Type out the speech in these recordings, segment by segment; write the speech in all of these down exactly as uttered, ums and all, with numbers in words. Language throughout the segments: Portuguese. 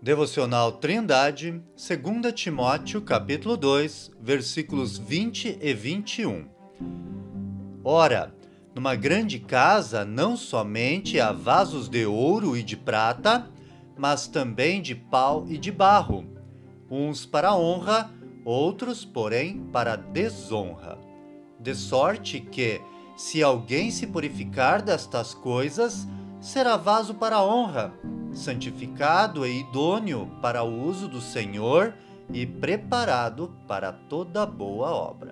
Devocional Trindade, dois Timóteo, capítulo dois, versículos vinte e vinte e um. Ora, numa grande casa não somente há vasos de ouro e de prata, mas também de pau e de barro, uns para honra, outros, porém, para desonra. De sorte que, se alguém se purificar destas coisas, será vaso para honra, santificado e idôneo para o uso do Senhor e preparado para toda boa obra.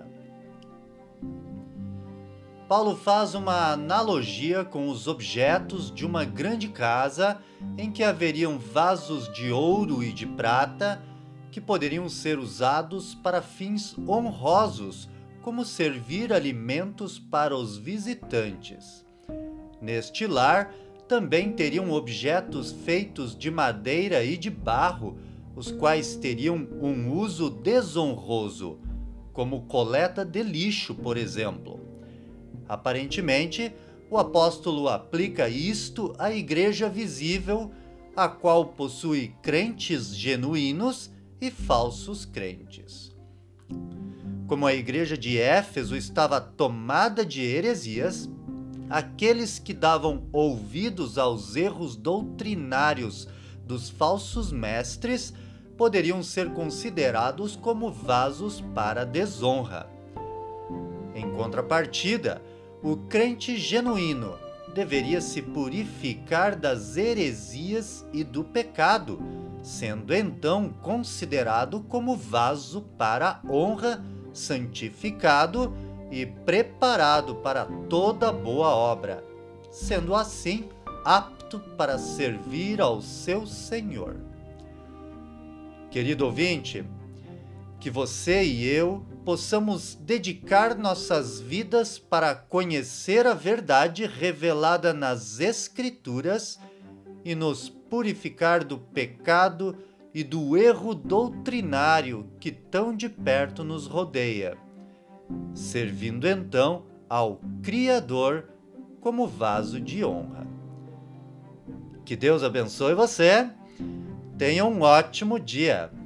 Paulo faz uma analogia com os objetos de uma grande casa em que haveriam vasos de ouro e de prata que poderiam ser usados para fins honrosos, como servir alimentos para os visitantes. Neste lar, também teriam objetos feitos de madeira e de barro, os quais teriam um uso desonroso, como coleta de lixo, por exemplo. Aparentemente, o apóstolo aplica isto à igreja visível, a qual possui crentes genuínos e falsos crentes. Como a igreja de Éfeso estava tomada de heresias, aqueles que davam ouvidos aos erros doutrinários dos falsos mestres poderiam ser considerados como vasos para desonra. Em contrapartida, o crente genuíno deveria se purificar das heresias e do pecado, sendo então considerado como vaso para honra, santificado e preparado para toda boa obra, sendo assim apto para servir ao seu Senhor. Querido ouvinte, que você e eu possamos dedicar nossas vidas para conhecer a verdade revelada nas Escrituras e nos purificar do pecado e do erro doutrinário que tão de perto nos rodeia, servindo então ao Criador como vaso de honra. Que Deus abençoe você. Tenha um ótimo dia.